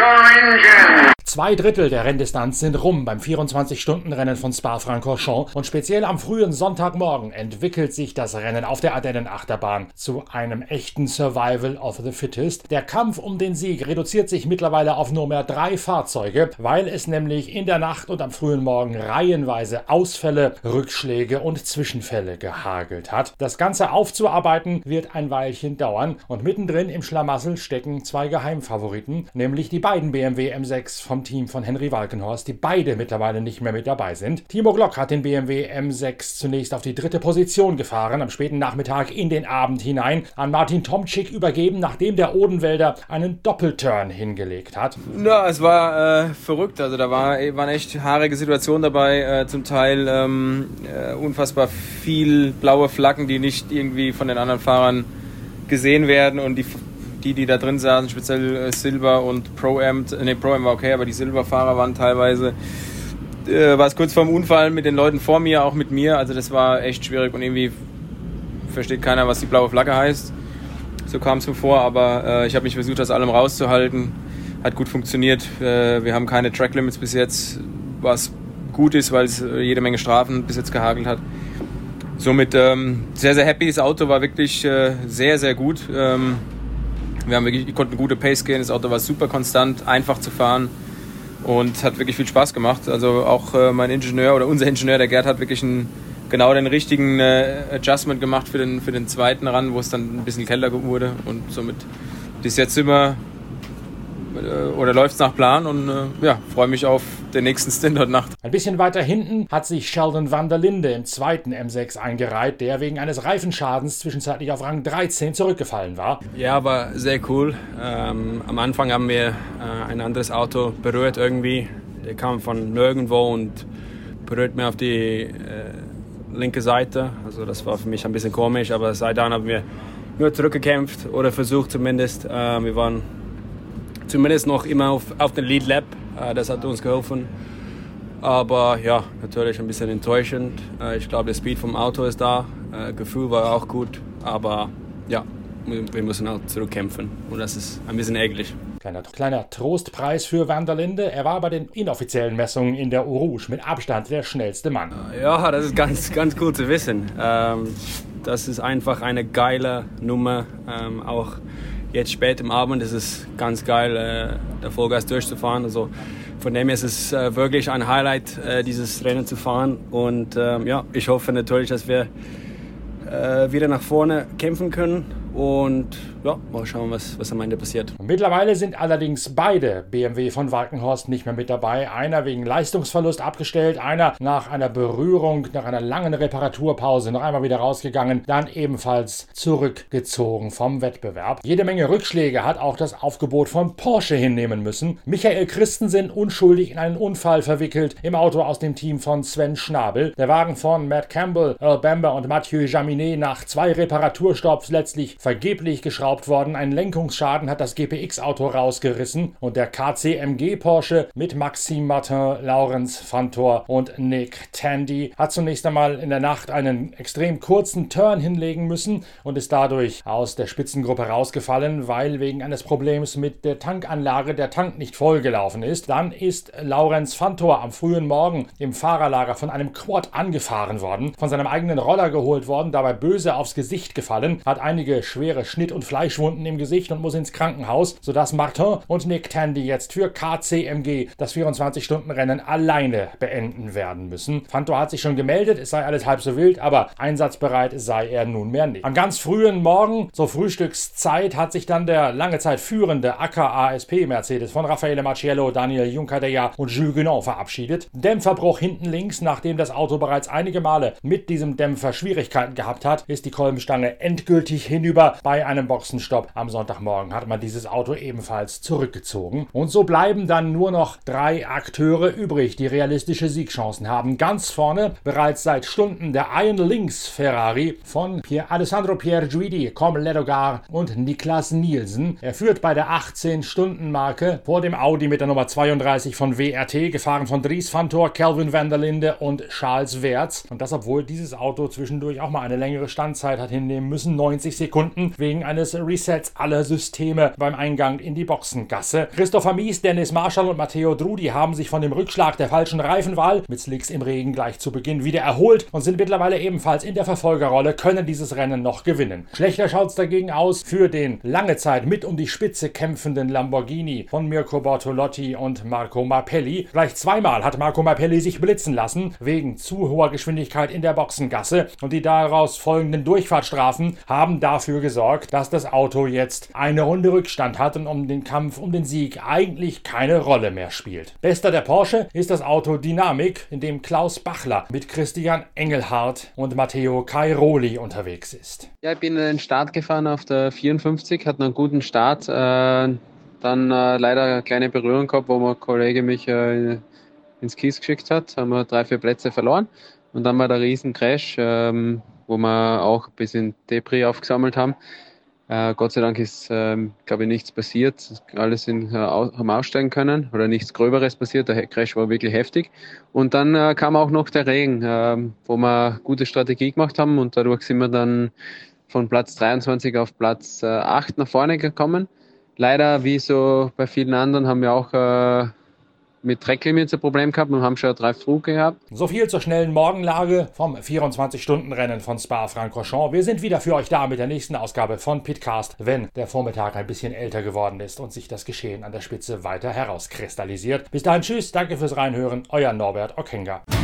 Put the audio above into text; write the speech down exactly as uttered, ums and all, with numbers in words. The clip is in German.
your engine! Zwei Drittel der Renndistanz sind rum beim vierundzwanzig-Stunden-Rennen von Spa-Francorchamps und speziell am frühen Sonntagmorgen entwickelt sich das Rennen auf der Ardennen-Achterbahn zu einem echten Survival of the Fittest. Der Kampf um den Sieg reduziert sich mittlerweile auf nur mehr drei Fahrzeuge, weil es nämlich in der Nacht und am frühen Morgen reihenweise Ausfälle, Rückschläge und Zwischenfälle gehagelt hat. Das Ganze aufzuarbeiten wird ein Weilchen dauern und mittendrin im Schlamassel stecken zwei Geheimfavoriten, nämlich die beiden B M W M sechs vom Team von Henry Walkenhorst, die beide mittlerweile nicht mehr mit dabei sind. Timo Glock hat den B M W M sechs zunächst auf die dritte Position gefahren, am späten Nachmittag in den Abend hinein an Martin Tomczyk übergeben, nachdem der Odenwälder einen Doppelturn hingelegt hat. Ja, es war äh, verrückt, also da war, waren echt haarige Situationen dabei, äh, zum Teil ähm, äh, unfassbar viel blaue Flaggen, die nicht irgendwie von den anderen Fahrern gesehen werden und die Die, die da drin saßen, speziell äh, Silber und Pro-Am, ne, Pro-Am war okay, aber die Silberfahrer waren teilweise, äh, war es kurz vorm Unfall mit den Leuten vor mir, auch mit mir, also das war echt schwierig und irgendwie versteht keiner, was die blaue Flagge heißt. So kam es mir vor, aber äh, ich habe mich versucht, aus allem rauszuhalten, hat gut funktioniert, äh, wir haben keine Track-Limits bis jetzt, was gut ist, weil es äh, jede Menge Strafen bis jetzt gehagelt hat. Somit ähm, sehr, sehr happy, das Auto war wirklich äh, sehr, sehr gut. Ähm, Wir haben wirklich, konnten gute Pace gehen, das Auto war super konstant, einfach zu fahren und hat wirklich viel Spaß gemacht. Also auch äh, mein Ingenieur oder unser Ingenieur, der Gerd, hat wirklich einen, genau den richtigen äh, Adjustment gemacht für den, für den zweiten Run, wo es dann ein bisschen kälter wurde und somit ist jetzt immer äh, oder läuft es nach Plan und äh, ja, freue mich auf den nächsten Stint heute Nacht. Ein bisschen weiter hinten hat sich Sheldon van der Linde im zweiten M sechs eingereiht, der wegen eines Reifenschadens zwischenzeitlich auf Rang dreizehn zurückgefallen war. Ja, war sehr cool. Ähm, am Anfang haben wir äh, ein anderes Auto berührt irgendwie. Der kam von nirgendwo und berührt mir auf die äh, linke Seite. Also das war für mich ein bisschen komisch, aber seitdem haben wir nur zurückgekämpft oder versucht zumindest. Äh, wir waren zumindest noch immer auf, auf den Lead Lap. Das hat uns geholfen. Aber ja, natürlich ein bisschen enttäuschend. Ich glaube, der Speed vom Auto ist da. Gefühl war auch gut. Aber ja, wir müssen auch zurückkämpfen. Und das ist ein bisschen ärgerlich. Kleiner, kleiner Trostpreis für van der Linde. Er war bei den inoffiziellen Messungen in der Eau Rouge mit Abstand der schnellste Mann. Ja, das ist ganz, ganz cool zu wissen. Das ist einfach eine geile Nummer. Auch jetzt spät im Abend ist es ganz geil, äh, der Vollgas durchzufahren. Also von dem her ist es äh, wirklich ein Highlight, äh, dieses Rennen zu fahren. Und äh, ja, ich hoffe natürlich, dass wir äh, wieder nach vorne kämpfen können. Und ja, mal schauen, was, was am Ende passiert. Mittlerweile sind allerdings beide B M W von Walkenhorst nicht mehr mit dabei. Einer wegen Leistungsverlust abgestellt, einer nach einer Berührung, nach einer langen Reparaturpause noch einmal wieder rausgegangen, dann ebenfalls zurückgezogen vom Wettbewerb. Jede Menge Rückschläge hat auch das Aufgebot von Porsche hinnehmen müssen. Michael Christensen unschuldig in einen Unfall verwickelt im Auto aus dem Team von Sven Schnabel. Der Wagen von Matt Campbell, Earl Bamber und Mathieu Jaminet nach zwei Reparaturstopps letztlich vergeblich geschraubt worden. Ein Lenkungsschaden hat das G P X-Auto rausgerissen und der K C M G Porsche mit Maxime Martin, Laurens Fantor und Nick Tandy hat zunächst einmal in der Nacht einen extrem kurzen Turn hinlegen müssen und ist dadurch aus der Spitzengruppe rausgefallen, weil wegen eines Problems mit der Tankanlage der Tank nicht vollgelaufen ist. Dann ist Laurens Fantor am frühen Morgen im Fahrerlager von einem Quad angefahren worden, von seinem eigenen Roller geholt worden, dabei böse aufs Gesicht gefallen, hat einige schwere Schnitt- und Fleischwunden im Gesicht und muss ins Krankenhaus, sodass Martin und Nick Tandy jetzt für K C M G das vierundzwanzig-Stunden-Rennen alleine beenden werden müssen. Fantor hat sich schon gemeldet, es sei alles halb so wild, aber einsatzbereit sei er nunmehr nicht. Am ganz frühen Morgen, zur Frühstückszeit, hat sich dann der lange Zeit führende A K A S P-Mercedes von Raffaele Marciello, Daniel Juncadella und Jules Guenon verabschiedet. Dämpferbruch hinten links, nachdem das Auto bereits einige Male mit diesem Dämpfer Schwierigkeiten gehabt hat, ist die Kolbenstange endgültig hinüber. Bei einem Boxenstopp am Sonntagmorgen hat man dieses Auto ebenfalls zurückgezogen. Und so bleiben dann nur noch drei Akteure übrig, die realistische Siegchancen haben. Ganz vorne bereits seit Stunden der Iron Lynx Ferrari von Pier Alessandro Pierguidi, Com Ledogar und Niklas Nielsen. Er führt bei der achtzehn-Stunden-Marke vor dem Audi mit der Nummer zweiunddreißig von W R T, gefahren von Dries Fantor, Kelvin van der Linde und Charles Wertz. Und das, obwohl dieses Auto zwischendurch auch mal eine längere Standzeit hat hinnehmen müssen, neunzig Sekunden Sekunden wegen eines Resets aller Systeme beim Eingang in die Boxengasse. Christopher Mies, Dennis Marschall und Matteo Drudi haben sich von dem Rückschlag der falschen Reifenwahl mit Slicks im Regen gleich zu Beginn wieder erholt und sind mittlerweile ebenfalls in der Verfolgerrolle, können dieses Rennen noch gewinnen. Schlechter schaut es dagegen aus für den lange Zeit mit um die Spitze kämpfenden Lamborghini von Mirko Bortolotti und Marco Mappelli. Gleich zweimal hat Marco Mappelli sich blitzen lassen wegen zu hoher Geschwindigkeit in der Boxengasse und die daraus folgenden Durchfahrtsstrafen haben dafür gesorgt, dass das Auto jetzt eine Runde Rückstand hat und um den Kampf um den Sieg eigentlich keine Rolle mehr spielt. Bester der Porsche ist das Auto Dynamic, in dem Klaus Bachler mit Christian Engelhardt und Matteo Cairoli unterwegs ist. Ja, ich bin in den Start gefahren auf der vierundfünfzig, hatte einen guten Start, äh, dann äh, leider eine kleine Berührung gehabt, wo mein Kollege mich äh, ins Kies geschickt hat, haben wir drei, vier Plätze verloren und dann war der riesen Crash, ähm, wo wir auch ein bisschen Debris aufgesammelt haben. Äh, Gott sei Dank ist, ähm, glaube ich, nichts passiert. Alle sind, äh, haben aussteigen können oder nichts Gröberes passiert. Der Crash war wirklich heftig. Und dann äh, kam auch noch der Regen, äh, wo wir gute Strategie gemacht haben und dadurch sind wir dann von Platz dreiundzwanzig auf Platz äh, acht nach vorne gekommen. Leider, wie so bei vielen anderen, haben wir auch äh, mit Tracklimits ein Problem gehabt und haben schon drei Flug gehabt. So viel zur schnellen Morgenlage vom vierundzwanzig-Stunden-Rennen von Spa-Francorchamps. Wir sind wieder für euch da mit der nächsten Ausgabe von Pitcast, wenn der Vormittag ein bisschen älter geworden ist und sich das Geschehen an der Spitze weiter herauskristallisiert. Bis dahin, tschüss, danke fürs Reinhören, euer Norbert Ockenga.